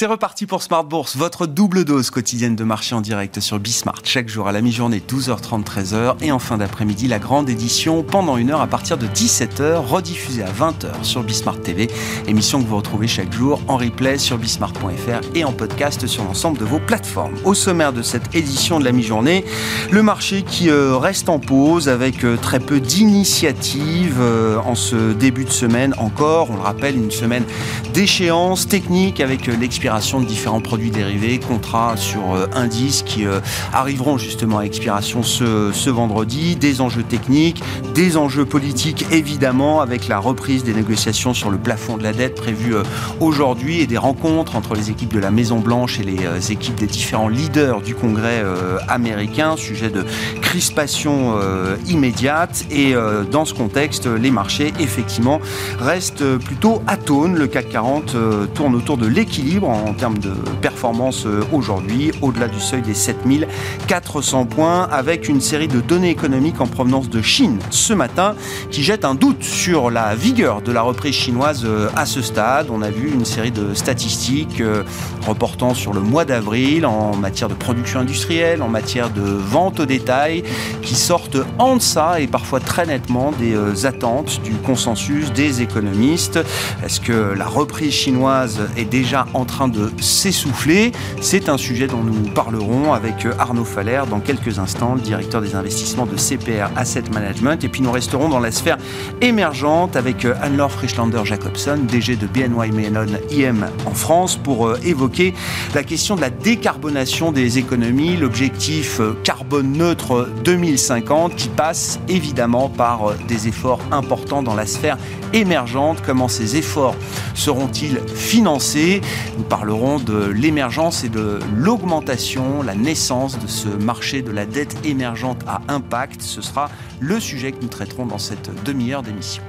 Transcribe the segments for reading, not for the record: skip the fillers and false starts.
C'est reparti pour Smart Bourse, votre double dose quotidienne de marché en direct sur Bismart. Chaque jour à la mi-journée, 12h30, 13h. Et en fin d'après-midi, la grande édition pendant 1 heure à partir de 17h, rediffusée à 20h sur Bismart TV. Émission que vous retrouvez chaque jour en replay sur bismart.fr et en podcast sur l'ensemble de vos plateformes. Au sommaire de cette édition de la mi-journée, le marché qui reste en pause avec très peu d'initiatives en ce début de semaine encore. On le rappelle, une semaine d'échéance technique avec l'expiration de différents produits dérivés, contrats sur indices qui arriveront justement à expiration ce vendredi. Des enjeux techniques, des enjeux politiques évidemment avec la reprise des négociations sur le plafond de la dette prévue aujourd'hui et des rencontres entre les équipes de la Maison-Blanche et les équipes des différents leaders du Congrès américain, sujet de crispation immédiate. Et dans ce contexte, les marchés effectivement restent plutôt atones. Le CAC 40 tourne autour de l'équilibre en termes de performance aujourd'hui, au-delà du seuil des 7400 points, avec une série de données économiques en provenance de Chine ce matin qui jettent un doute sur la vigueur de la reprise chinoise à ce stade. On a vu une série de statistiques reportant sur le mois d'avril en matière de production industrielle, en matière de vente au détail, qui sortent en deçà et parfois très nettement des attentes, du consensus des économistes. Est-ce que la reprise chinoise est déjà en train de s'essouffler? C'est un sujet dont nous parlerons avec Arnaud Faller dans quelques instants, le directeur des investissements de CPR Asset Management. Et puis nous resterons dans la sphère émergente avec Anne-Laure Frischlander-Jacobson, DG de BNY Mellon IM en France, pour évoquer la question de la décarbonation des économies, l'objectif carbone neutre 2050 qui passe évidemment par des efforts importants dans la sphère émergente. Comment ces efforts seront-ils financés? Nous parlerons de l'émergence et de l'augmentation, la naissance de ce marché de la dette émergente à impact. Ce sera le sujet que nous traiterons dans cette demi-heure d'émission.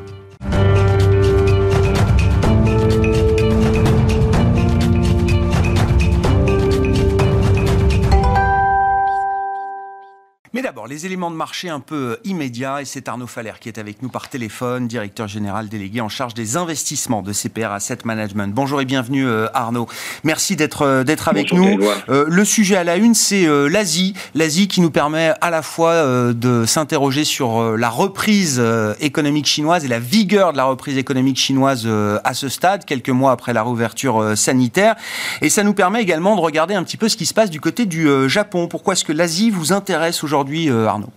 Mais d'abord, les éléments de marché un peu immédiats, et c'est Arnaud Faller qui est avec nous par téléphone, directeur général délégué en charge des investissements de CPR Asset Management. Bonjour et bienvenue Arnaud. Merci d'être avec nous. Le sujet à la une, c'est l'Asie. L'Asie qui nous permet à la fois de s'interroger sur la reprise économique chinoise et la vigueur de la reprise économique chinoise à ce stade, quelques mois après la réouverture sanitaire. Et ça nous permet également de regarder un petit peu ce qui se passe du côté du Japon. Pourquoi est-ce que l'Asie vous intéresse aujourd'hui, Arnaud?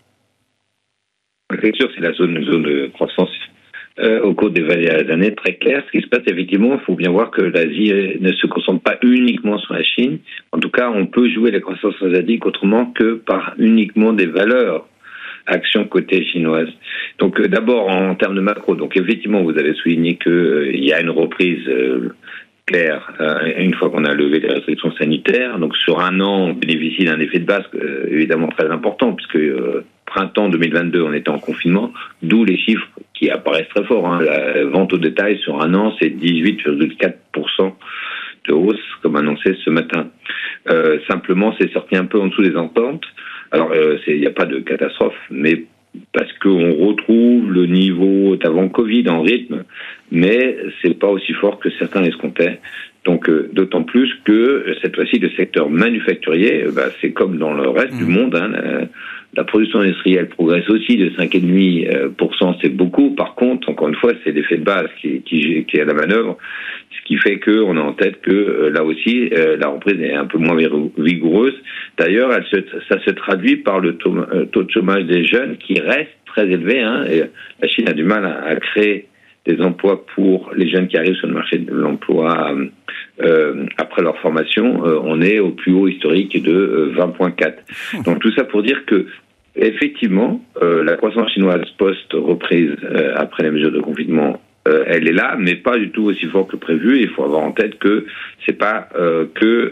C'est sûr, c'est la zone de croissance au cours des dernières années très clair. Ce qui se passe effectivement, il faut bien voir que l'Asie ne se concentre pas uniquement sur la Chine. En tout cas, on peut jouer la croissance asiatique autrement que par uniquement des valeurs actions côté chinoise. Donc d'abord en termes de macro, donc effectivement vous avez souligné qu'il y a une reprise clair, une fois qu'on a levé les restrictions sanitaires. Donc sur un an, on bénéficie d'un effet de base évidemment très important, puisque printemps 2022, on était en confinement, d'où les chiffres qui apparaissent très forts. La vente au détail sur un an, c'est 18,4% de hausse, comme annoncé ce matin. Simplement, c'est sorti un peu en dessous des ententes. Alors, il n'y a pas de catastrophe, mais parce qu'on retrouve le niveau d'avant Covid en rythme, mais c'est pas aussi fort que certains l'escomptaient. Donc, d'autant plus que cette fois-ci, le secteur manufacturier, c'est comme dans le reste du monde. La production industrielle progresse aussi de 5,5%, c'est beaucoup. Par contre, encore une fois, c'est l'effet de base qui est à la manœuvre, ce qui fait qu'on a en tête que là aussi, la reprise est un peu moins vigoureuse. D'ailleurs, ça se traduit par le taux de chômage des jeunes qui reste très élevé. Et la Chine a du mal à créer des emplois pour les jeunes qui arrivent sur le marché de l'emploi après leur formation. On est au plus haut historique de 20,4. Donc tout ça pour dire que effectivement, la croissance chinoise post-reprise après les mesures de confinement, elle est là, mais pas du tout aussi fort que prévu. Il faut avoir en tête que c'est pas que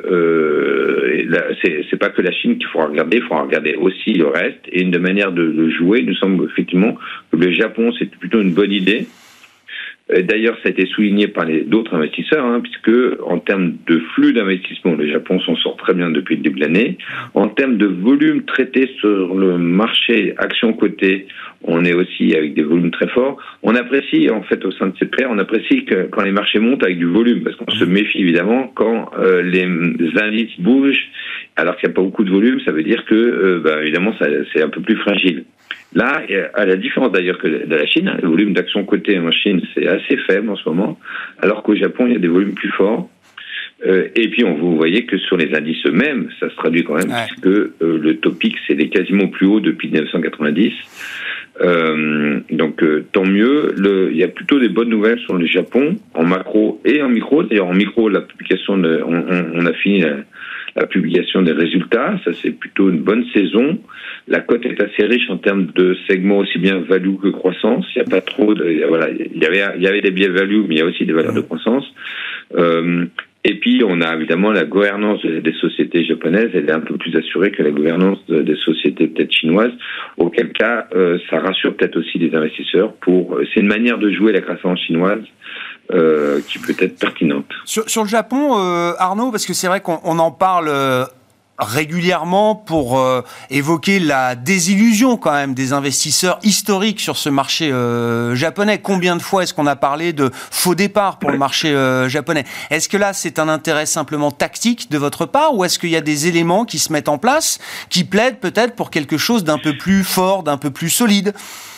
la Chine qu'il faut regarder. Il faut regarder aussi le reste. Et une des manières de le jouer, il nous semble effectivement que le Japon, c'est plutôt une bonne idée. D'ailleurs, ça a été souligné par d'autres investisseurs, puisque en termes de flux d'investissement, le Japon s'en sort très bien depuis le début de l'année. En termes de volume traité sur le marché actions cotées, on est aussi avec des volumes très forts. On apprécie, en fait, au sein de ces pairs, on apprécie que quand les marchés montent avec du volume, parce qu'on se méfie évidemment quand les indices bougent, alors qu'il n'y a pas beaucoup de volume, ça veut dire que, évidemment, c'est un peu plus fragile. Là, à la différence d'ailleurs que de la Chine, le volume d'actions cotées en Chine, c'est assez faible en ce moment, alors qu'au Japon, il y a des volumes plus forts. Et puis, vous voyez que sur les indices eux-mêmes, ça se traduit quand même, puisque le Topix, c'est quasiment plus haut depuis 1990. Donc, tant mieux. Il y a plutôt des bonnes nouvelles sur le Japon, en macro et en micro. D'ailleurs, en micro, la publication on a fini la publication des résultats. Ça, c'est plutôt une bonne saison. La cote est assez riche en termes de segments aussi bien value que croissance. Il n'y a pas trop il y avait des biais value, mais il y a aussi des valeurs de croissance. Et puis, on a évidemment la gouvernance des sociétés japonaises. Elle est un peu plus assurée que la gouvernance des sociétés peut-être chinoises. Auquel cas, ça rassure peut-être aussi les investisseurs. C'est une manière de jouer la croissance chinoise qui peut être pertinente. Sur le Japon, Arnaud, parce que c'est vrai qu'on en parle régulièrement pour évoquer la désillusion quand même des investisseurs historiques sur ce marché japonais. Combien de fois est-ce qu'on a parlé de faux départ pour le marché japonais ? Est-ce que là c'est un intérêt simplement tactique de votre part, ou est-ce qu'il y a des éléments qui se mettent en place qui plaident peut-être pour quelque chose d'un peu plus fort, d'un peu plus solide ?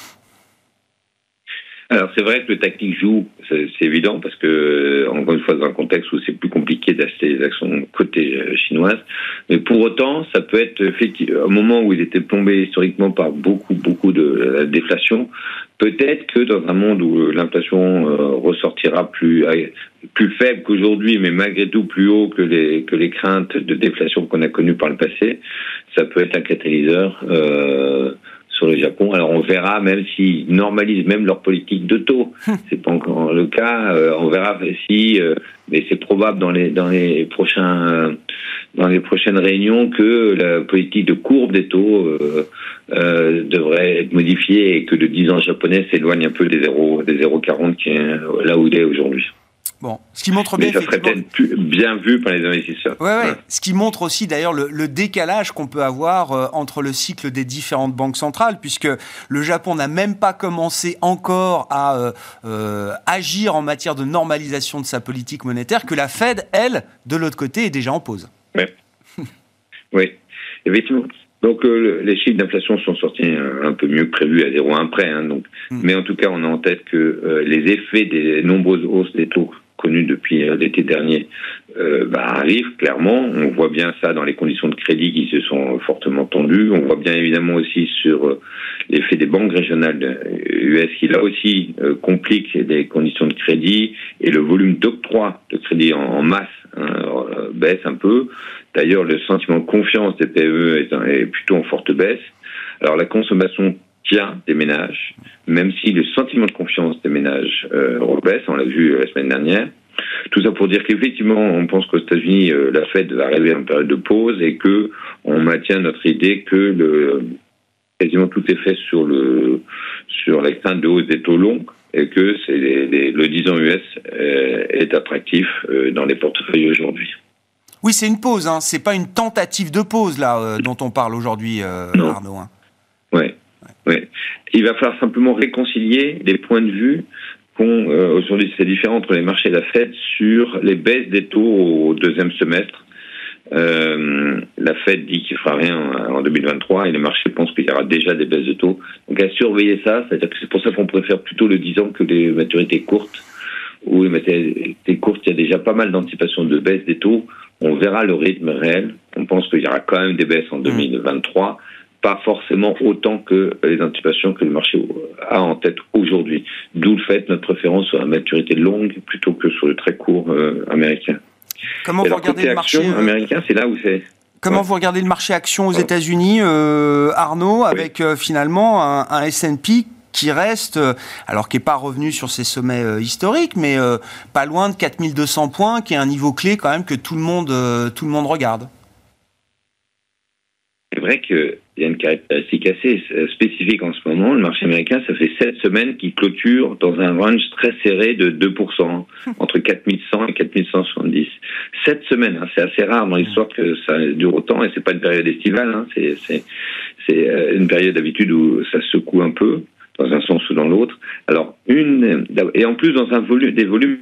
Alors c'est vrai que le tactique joue, c'est évident, parce que encore une fois dans un contexte où c'est plus compliqué d'acheter des actions cotées chinoises, mais pour autant ça peut être effectivement au moment où il était plombé historiquement par beaucoup de déflation, peut-être que dans un monde où l'inflation ressortira plus faible qu'aujourd'hui, mais malgré tout plus haut que les craintes de déflation qu'on a connues par le passé, ça peut être un catalyseur sur le Japon. Alors on verra, même s'ils normalisent même leur politique de taux, c'est pas encore le cas. On verra si, mais c'est probable dans les prochaines réunions que la politique de courbe des taux devrait être modifiée et que le 10 ans japonais s'éloigne un peu des 0,40 qui est là où il est aujourd'hui. Bon, ce qui montre bien, mais ça serait peut-être bien vu par les investisseurs. Ouais. Ce qui montre aussi d'ailleurs le décalage qu'on peut avoir entre le cycle des différentes banques centrales, puisque le Japon n'a même pas commencé encore à agir en matière de normalisation de sa politique monétaire, que la Fed, elle, de l'autre côté, est déjà en pause. Oui, effectivement. Donc les chiffres d'inflation sont sortis un peu mieux que prévu, à 0,1 près. Mais en tout cas, on a en tête que les effets des nombreuses hausses des taux connues depuis l'été dernier arrivent clairement. On voit bien ça dans les conditions de crédit qui se sont fortement tendues. On voit bien évidemment aussi sur l'effet des banques régionales US qui là aussi compliquent les conditions de crédit, et le volume d'octroi de crédit en masse baisse un peu. D'ailleurs, le sentiment de confiance des PME est plutôt en forte baisse. Alors la consommation tient des ménages, même si le sentiment de confiance des ménages rebaisse, on l'a vu la semaine dernière. Tout ça pour dire qu'effectivement, on pense qu'aux États-Unis, la Fed va arriver en période de pause, et que on maintient notre idée que quasiment tout est fait sur la crainte de hausse des taux longs, et que le 10 ans US est attractif dans les portefeuilles aujourd'hui. Oui, c'est une pause, c'est pas une tentative de pause là dont on parle aujourd'hui, Arnaud. Ouais. Il va falloir simplement réconcilier les points de vue aujourd'hui, c'est différent entre les marchés et la Fed sur les baisses des taux au deuxième semestre. La Fed dit qu'il ne fera rien en 2023 et les marchés pensent qu'il y aura déjà des baisses de taux. Donc à surveiller ça, c'est-à-dire que c'est pour ça qu'on préfère plutôt le 10 ans que les maturités courtes. Où les maturités courtes, il y a déjà pas mal d'anticipation de baisse des taux. On verra le rythme réel. On pense qu'il y aura quand même des baisses en 2023. Pas forcément autant que les anticipations que le marché a en tête aujourd'hui. D'où le fait notre préférence sur la maturité longue plutôt que sur le très court américain. Comment vous regardez le marché américain, c'est là où c'est... Comment vous regardez le marché action aux États-Unis, Arnaud, avec finalement un S&P qui reste, alors qui n'est pas revenu sur ses sommets historiques, mais pas loin de 4200 points, qui est un niveau clé quand même que tout le monde regarde. C'est vrai que il y a une caractéristique assez spécifique en ce moment. Le marché américain, ça fait 7 semaines qu'il clôture dans un range très serré de 2%, entre 4100 et 4170. 7 semaines, c'est assez rare dans l'histoire que ça dure autant, et c'est pas une période estivale, c'est une période d'habitude où ça secoue un peu, dans un sens ou dans l'autre. Alors, et en plus dans des volumes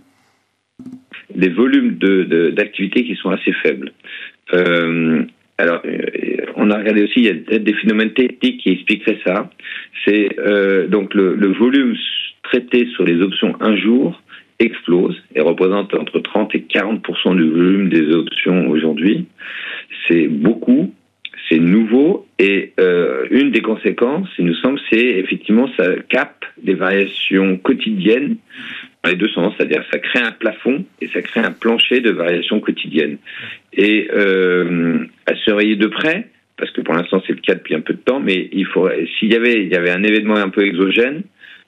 d'activité qui sont assez faibles. Alors, on a regardé aussi, il y a peut-être des phénomènes techniques qui expliqueraient ça. C'est donc le volume traité sur les options un jour explose et représente entre 30 et 40% du volume des options aujourd'hui. C'est beaucoup, c'est nouveau, et une des conséquences, il nous semble, c'est effectivement ça capte des variations quotidiennes dans les deux sens, c'est-à-dire ça crée un plafond et ça crée un plancher de variations quotidiennes. Et à surveiller de près, parce que pour l'instant c'est le cas depuis un peu de temps, mais s'il y avait un événement un peu exogène,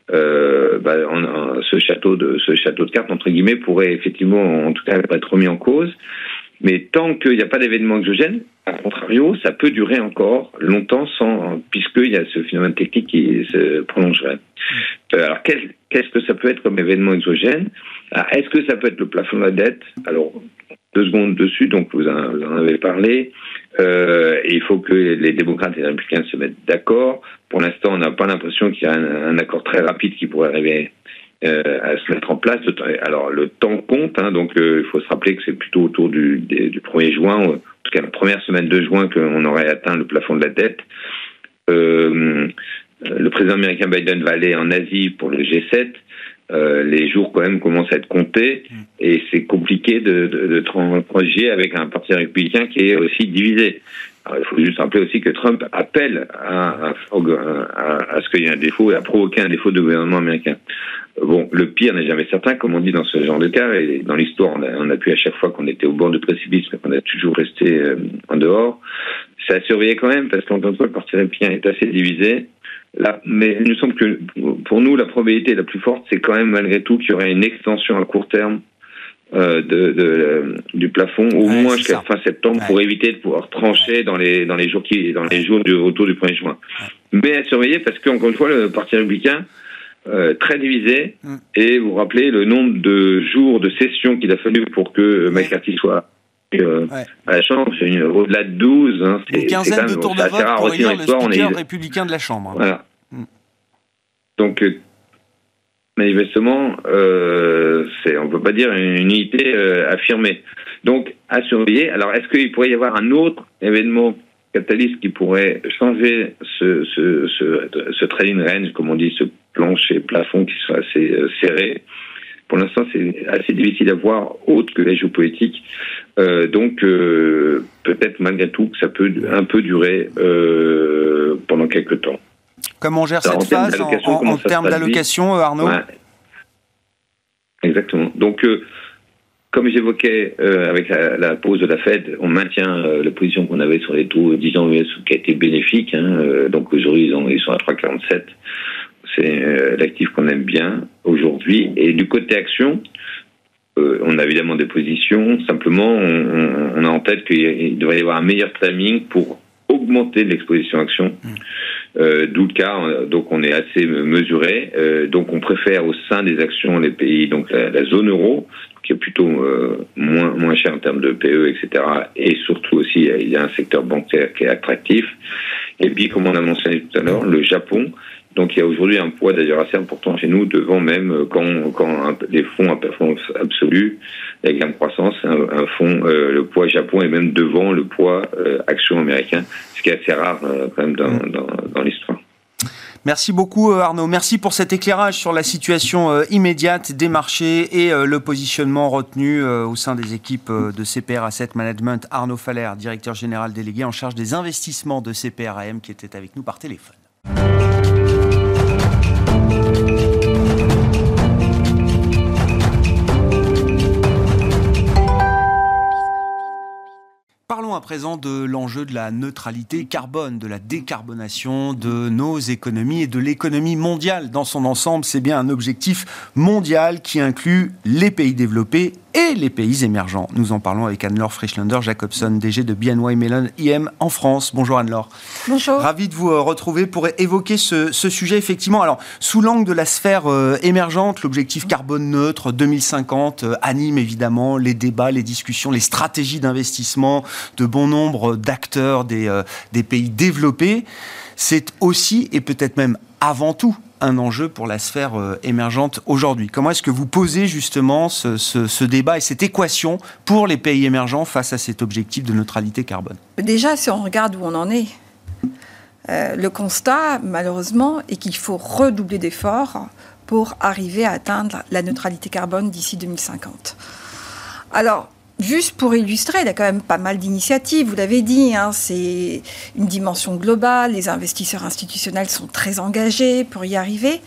ce château de cartes entre guillemets pourrait effectivement en tout cas être remis en cause. Mais tant qu'il n'y a pas d'événement exogène, à contrario, ça peut durer encore longtemps puisqu'il y a ce phénomène technique qui se prolongerait. Alors, qu'est-ce que ça peut être comme événement exogène ? Est-ce que ça peut être le plafond de la dette ? Alors, 2 secondes dessus, donc vous en avez parlé. Il faut que les démocrates et les républicains se mettent d'accord. Pour l'instant, on n'a pas l'impression qu'il y a un accord très rapide qui pourrait arriver à se mettre en place. Alors le temps compte, donc il faut se rappeler que c'est plutôt autour du 1er juin, en tout cas la première semaine de juin, qu'on aurait atteint le plafond de la dette. Le président américain Biden va aller en Asie pour le G7. Les jours quand même commencent à être comptés et c'est compliqué de transiger avec un parti républicain qui est aussi divisé. Alors, il faut juste rappeler aussi que Trump appelle à ce qu'il y ait un défaut et à provoquer un défaut de gouvernement américain. Bon, le pire n'est jamais certain, comme on dit dans ce genre de cas, et dans l'histoire, on a pu à chaque fois qu'on était au bord du précipice, mais qu'on a toujours resté en dehors. C'est à surveiller quand même, parce qu'encore une fois, le parti républicain est assez divisé. Là, mais il nous semble que, pour nous, la probabilité la plus forte, c'est quand même malgré tout qu'il y aurait une extension à court terme du plafond, au moins jusqu'à fin septembre, pour éviter de pouvoir trancher dans les jours du retour du 1er juin. Mais à surveiller, parce qu'encore une fois, le parti républicain, très divisé, et vous vous rappelez le nombre de jours de session qu'il a fallu pour que McCarthy soit à la Chambre, c'est au-delà de 12. C'est une quinzaine de tours de vote pour élire le speaker républicain de la Chambre. Voilà. Donc, manifestement, on ne peut pas dire une unité affirmée. Donc, à surveiller. Alors, est-ce qu'il pourrait y avoir un autre événement catalyste qui pourrait changer ce trading range, comme on dit, ce plancher plafond qui soit assez serré? Pour l'instant, c'est assez difficile à voir autre que la géopolitique. Donc, peut-être malgré tout que ça peut un peu durer pendant quelques temps. Comment on gère cette phase en termes d'allocation, Arnaud ? Ouais. Exactement. Donc, comme j'évoquais avec la pause de la Fed, on maintient la position qu'on avait sur les taux 10 ans US qui a été bénéfique. Donc aujourd'hui, ils sont à 3,47. C'est l'actif qu'on aime bien aujourd'hui. Et du côté action, on a évidemment des positions. Simplement, on a en tête qu'il devrait y avoir un meilleur timing pour augmenter l'exposition action. D'où le cas, donc on est assez mesuré. Donc on préfère au sein des actions les pays, donc la zone euro, qui est plutôt moins cher en termes de PE, etc. Et surtout aussi, il y a un secteur bancaire qui est attractif. Et puis, comme on a mentionné tout à l'heure, le Japon. Donc il y a aujourd'hui un poids d'ailleurs assez important chez nous, devant même quand les fonds à performance absolue, la gamme croissance, un fonds, le poids Japon est même devant le poids action américain, ce qui est assez rare quand même dans l'histoire. Merci beaucoup Arnaud, merci pour cet éclairage sur la situation immédiate des marchés et le positionnement retenu au sein des équipes de CPR Asset Management. Arnaud Faller, directeur général délégué en charge des investissements de CPR AM, qui était avec nous par téléphone. Parlons à présent de l'enjeu de la neutralité carbone, de la décarbonation de nos économies et de l'économie mondiale dans son ensemble. C'est bien un objectif mondial qui inclut les pays développés et les pays émergents. Nous en parlons avec Anne-Laure Frischlander-Jacobson, DG de BNY Mellon IM en France. Bonjour Anne-Laure. Bonjour. Ravi de vous retrouver pour évoquer ce sujet, effectivement. Alors, sous l'angle de la sphère émergente, l'objectif carbone neutre 2050 anime évidemment les débats, les discussions, les stratégies d'investissement de bon nombre d'acteurs des pays développés. C'est aussi, et peut-être même avant tout, un enjeu pour la sphère émergente aujourd'hui. Comment est-ce que vous posez justement ce débat et cette équation pour les pays émergents face à cet objectif de neutralité carbone ? Déjà, si on regarde où on en est, le constat, malheureusement, est qu'il faut redoubler d'efforts pour arriver à atteindre la neutralité carbone d'ici 2050. Alors, juste pour illustrer, il y a quand même pas mal d'initiatives, vous l'avez dit, c'est une dimension globale, les investisseurs institutionnels sont très engagés pour y arriver.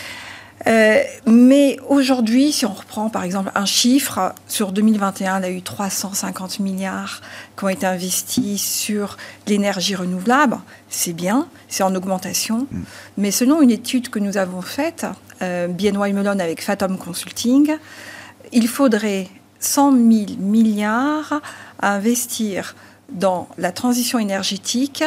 Mais aujourd'hui, si on reprend par exemple un chiffre, sur 2021, il y a eu 350 milliards qui ont été investis sur l'énergie renouvelable. C'est bien, c'est en augmentation. Mais selon une étude que nous avons faite, BNY Mellon avec Fathom Consulting, il faudrait 100 000 milliards à investir dans la transition énergétique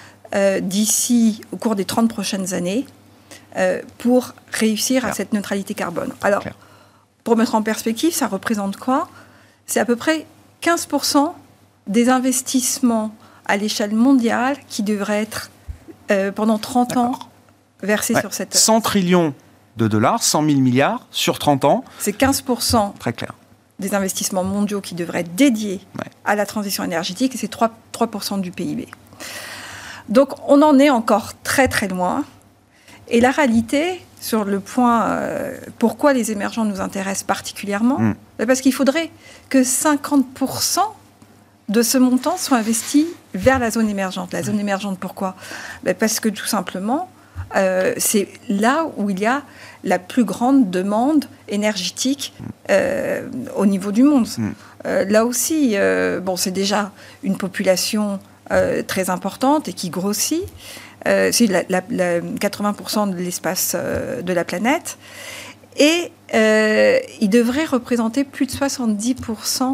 d'ici au cours des 30 prochaines années pour réussir à cette neutralité carbone. Alors, pour mettre en perspective, ça représente quoi ? C'est à peu près 15% des investissements à l'échelle mondiale qui devraient être pendant 30 ans versés sur cette... 100 trillions de dollars, 100 000 milliards sur 30 ans. C'est 15%. Très clair. Des investissements mondiaux qui devraient être dédiés à la transition énergétique, et c'est 3% du PIB. Donc, on en est encore très, très loin. Et la réalité, sur le point pourquoi les émergents nous intéressent particulièrement, parce qu'il faudrait que 50% de ce montant soit investi vers la zone émergente. La zone émergente, pourquoi ? Parce que tout simplement, c'est là où il y a la plus grande demande énergétique au niveau du monde. Là aussi, c'est déjà une population très importante et qui grossit. C'est 80% de l'espace de la planète. Et il devrait représenter plus de 70%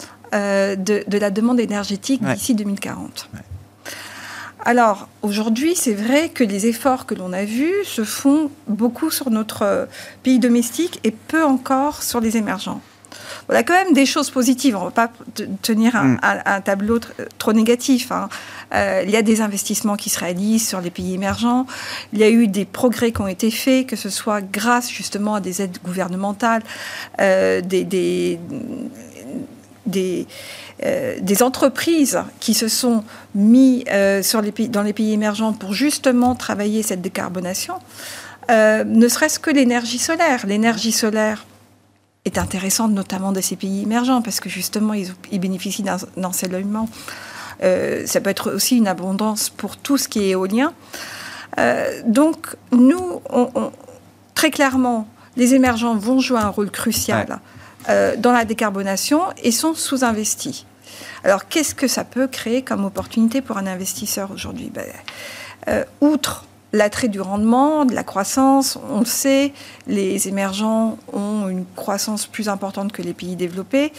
de la demande énergétique d'ici 2040. Ouais. Alors, aujourd'hui, c'est vrai que les efforts que l'on a vus se font beaucoup sur notre pays domestique et peu encore sur les émergents. On a quand même des choses positives. On ne va pas tenir un tableau trop négatif. Il y a des investissements qui se réalisent sur les pays émergents. Il y a eu des progrès qui ont été faits, que ce soit grâce justement à des aides gouvernementales, des entreprises qui se sont mis dans les pays émergents pour justement travailler cette décarbonation, ne serait-ce que l'énergie solaire. L'énergie solaire est intéressante notamment de ces pays émergents parce que justement ils bénéficient d'un ensoleillement. Ça peut être aussi une abondance pour tout ce qui est éolien. Donc nous, très clairement, les émergents vont jouer un rôle crucial dans la décarbonation et sont sous-investis. Alors, qu'est-ce que ça peut créer comme opportunité pour un investisseur aujourd'hui ? Outre l'attrait du rendement, de la croissance, on le sait, les émergents ont une croissance plus importante que les pays développés,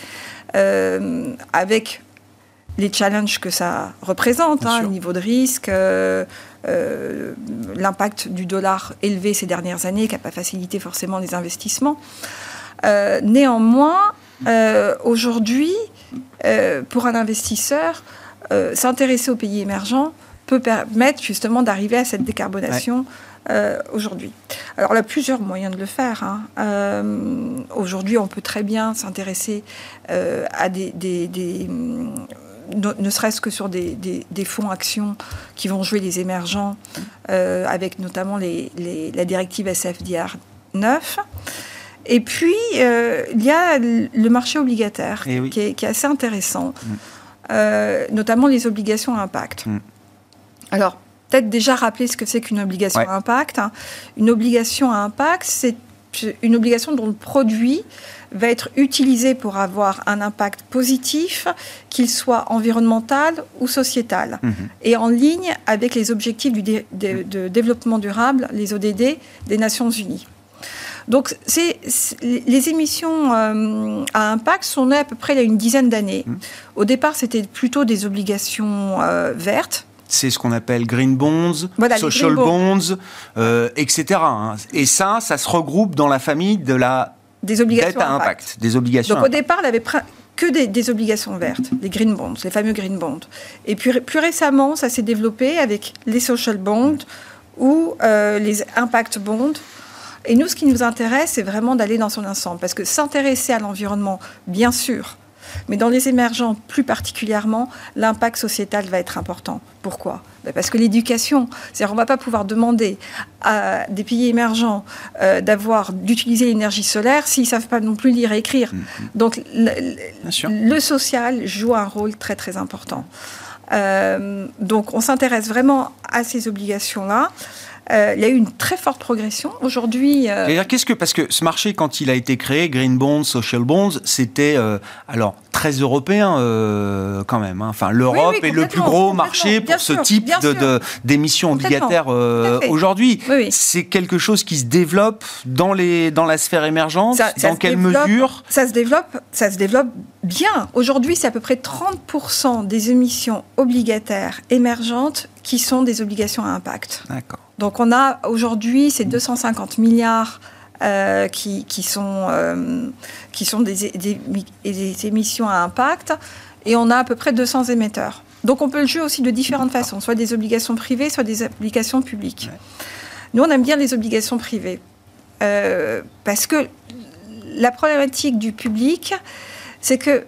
avec les challenges que ça représente, le niveau de risque, l'impact du dollar élevé ces dernières années qui n'a pas facilité forcément les investissements. Néanmoins, aujourd'hui, pour un investisseur, s'intéresser aux pays émergents peut permettre justement d'arriver à cette décarbonation aujourd'hui. Alors, il y a plusieurs moyens de le faire. Aujourd'hui, on peut très bien s'intéresser à ne serait-ce que sur des fonds actions qui vont jouer les émergents, avec notamment la directive SFDR 9. Et puis, il y a le marché obligataire qui est assez intéressant, notamment les obligations à impact. Alors, peut-être déjà rappeler ce que c'est qu'une obligation à impact. Une obligation à impact, c'est une obligation dont le produit va être utilisé pour avoir un impact positif, qu'il soit environnemental ou sociétal, et en ligne avec les objectifs de développement durable, les ODD, des Nations Unies. Donc, les émissions à impact sont nées à peu près il y a une dizaine d'années. Au départ, c'était plutôt des obligations vertes. C'est ce qu'on appelle green bonds, social bonds, etc. Et ça se regroupe dans la famille de la dette à impact. Des obligations. Donc, au départ, il avait que des obligations vertes, les green bonds, les fameux green bonds. Et puis plus récemment, ça s'est développé avec les social bonds ou les impact bonds. Et nous, ce qui nous intéresse, c'est vraiment d'aller dans son ensemble. Parce que s'intéresser à l'environnement, bien sûr, mais dans les émergents plus particulièrement, l'impact sociétal va être important. Pourquoi ? Parce que l'éducation, c'est-à-dire on ne va pas pouvoir demander à des pays émergents d'utiliser l'énergie solaire s'ils ne savent pas non plus lire et écrire. Donc le social joue un rôle très très important. Donc on s'intéresse vraiment à ces obligations-là. Il y a eu une très forte progression. Aujourd'hui... Parce que ce marché, quand il a été créé, Green Bonds, Social Bonds, c'était très européen quand même. Enfin, l'Europe est le plus gros marché pour ce type d'émissions obligataires aujourd'hui. Oui. C'est quelque chose qui se développe dans la sphère émergente. Dans quelle mesure ? Ça se développe bien. Aujourd'hui, c'est à peu près 30% des émissions obligataires émergentes qui sont des obligations à impact. D'accord. Donc on a aujourd'hui ces 250 milliards qui sont des émissions à impact, et on a à peu près 200 émetteurs. Donc on peut le jouer aussi de différentes façons, soit des obligations privées, soit des obligations publiques. Ouais. Nous, on aime bien les obligations privées, parce que la problématique du public, c'est que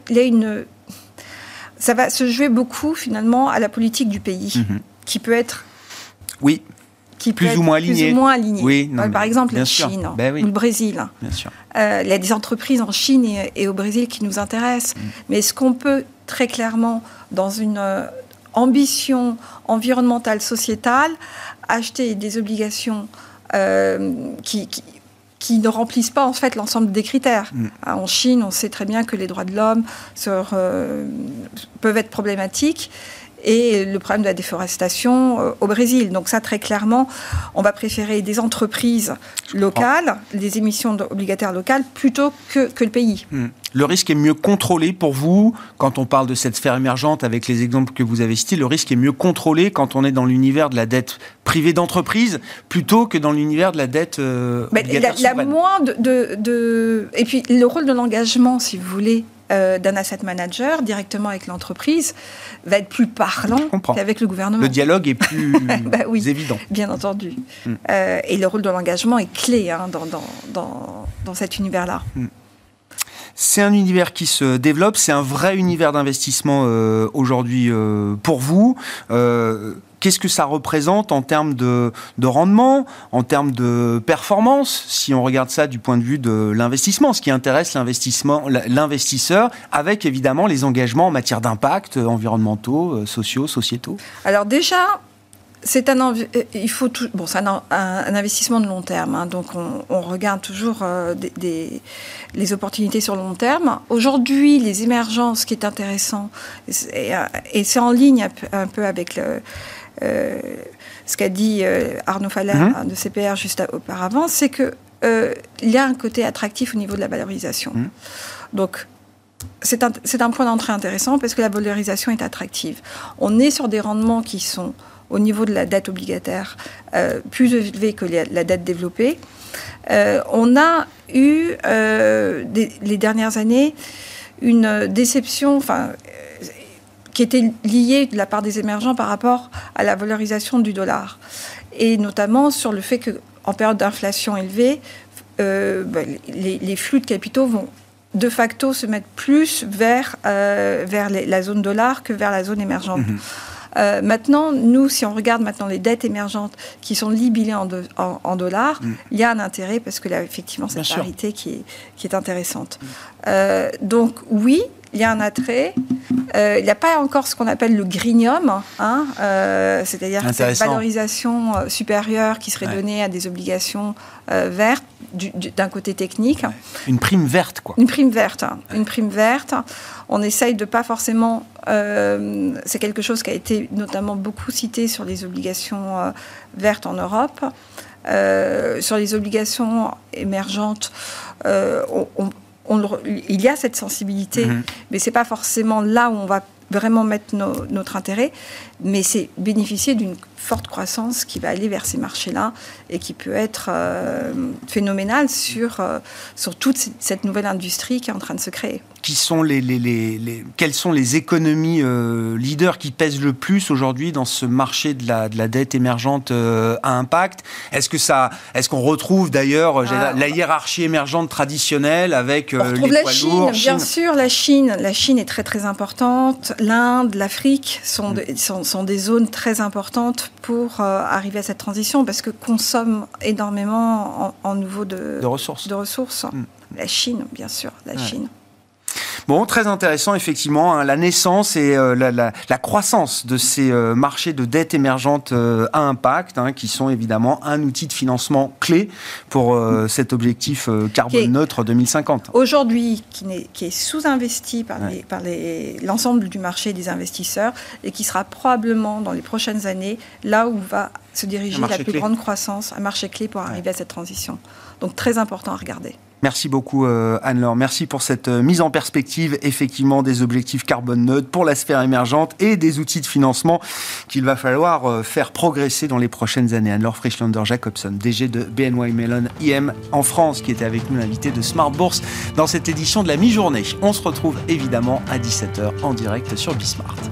ça va se jouer beaucoup finalement à la politique du pays, qui peut être... Oui. Plus ou moins aligné. Oui, par exemple, la Chine ou le Brésil. Bien sûr. Il y a des entreprises en Chine et au Brésil qui nous intéressent. Mais est-ce qu'on peut très clairement, dans une ambition environnementale, sociétale, acheter des obligations qui ne remplissent pas en fait l'ensemble des critères. En Chine, on sait très bien que les droits de l'homme peuvent être problématiques. Et le problème de la déforestation au Brésil. Donc ça, très clairement, on va préférer des entreprises locales, des émissions obligataires locales, plutôt que le pays. Le risque est mieux contrôlé pour vous, quand on parle de cette sphère émergente, avec les exemples que vous avez cités, le risque est mieux contrôlé quand on est dans l'univers de la dette privée d'entreprise, plutôt que dans l'univers de la dette obligataire souveraine. Il y a moins Et puis, le rôle de l'engagement, si vous voulez, d'un asset manager directement avec l'entreprise va être plus parlant qu'avec le gouvernement. Le dialogue est plus évident. Bien entendu. Et le rôle de l'engagement est clé dans cet univers-là. C'est un univers qui se développe, c'est un vrai univers d'investissement aujourd'hui pour vous. Qu'est-ce que ça représente en termes de rendement, en termes de performance, si on regarde ça du point de vue de l'investissement, ce qui intéresse l'investisseur, avec évidemment les engagements en matière d'impact environnementaux, sociaux, sociétaux? Alors déjà, c'est un investissement de long terme, donc on regarde toujours les opportunités sur le long terme. Aujourd'hui, les émergences, ce qui est intéressant, et c'est en ligne un peu avec ce qu'a dit Arnaud Faller de CPR juste auparavant, c'est qu'il y a un côté attractif au niveau de la valorisation. Donc, c'est un point d'entrée intéressant parce que la valorisation est attractive. On est sur des rendements qui sont, au niveau de la dette obligataire, plus élevés que la dette développée. On a eu, les dernières années, une déception... qui était liée de la part des émergents par rapport à la valorisation du dollar. Et notamment sur le fait qu'en période d'inflation élevée, les flux de capitaux vont de facto se mettre plus vers la zone dollar que vers la zone émergente. Maintenant, nous, si on regarde maintenant les dettes émergentes qui sont libellées en dollars, il y a un intérêt parce que là, effectivement, cette parité qui est intéressante. Donc, oui, il y a un attrait. Il n'y a pas encore ce qu'on appelle le greenium, c'est-à-dire cette valorisation supérieure qui serait donnée à des obligations vertes d'un côté technique. Une prime verte, quoi. Une prime verte. Une prime verte. On essaye de pas forcément... c'est quelque chose qui a été notamment beaucoup cité sur les obligations vertes en Europe. sur les obligations émergentes, il y a cette sensibilité, mais ce n'est pas forcément là où on va vraiment mettre notre intérêt, mais c'est bénéficier d'une forte croissance qui va aller vers ces marchés-là et qui peut être phénoménale sur toute cette nouvelle industrie qui est en train de se créer. Quelles sont les économies leaders qui pèsent le plus aujourd'hui dans ce marché de la dette émergente à impact ? Est-ce qu'on retrouve d'ailleurs la hiérarchie émergente traditionnelle avec on retrouve la Chine, bien sûr. La Chine est très très importante. L'Inde, l'Afrique sont des zones très importantes pour arriver à cette transition parce que consomment énormément en nouveau de ressources. La Chine, bien sûr, Chine. Bon, très intéressant, effectivement, la naissance et la croissance de ces marchés de dette émergente à impact, qui sont évidemment un outil de financement clé pour cet objectif carbone neutre 2050. Aujourd'hui, qui est sous-investi par l'ensemble du marché des investisseurs et qui sera probablement dans les prochaines années là où va se diriger la plus grande croissance, un marché clé pour arriver à cette transition. Donc très important à regarder. Merci beaucoup Anne-Laure. Merci pour cette mise en perspective effectivement des objectifs carbone neutres pour la sphère émergente et des outils de financement qu'il va falloir faire progresser dans les prochaines années. Anne-Laure Frischlander-Jacobson, DG de BNY Mellon IM en France, qui était avec nous, l'invité de Smart Bourse dans cette édition de la mi-journée. On se retrouve évidemment à 17h en direct sur Bismart.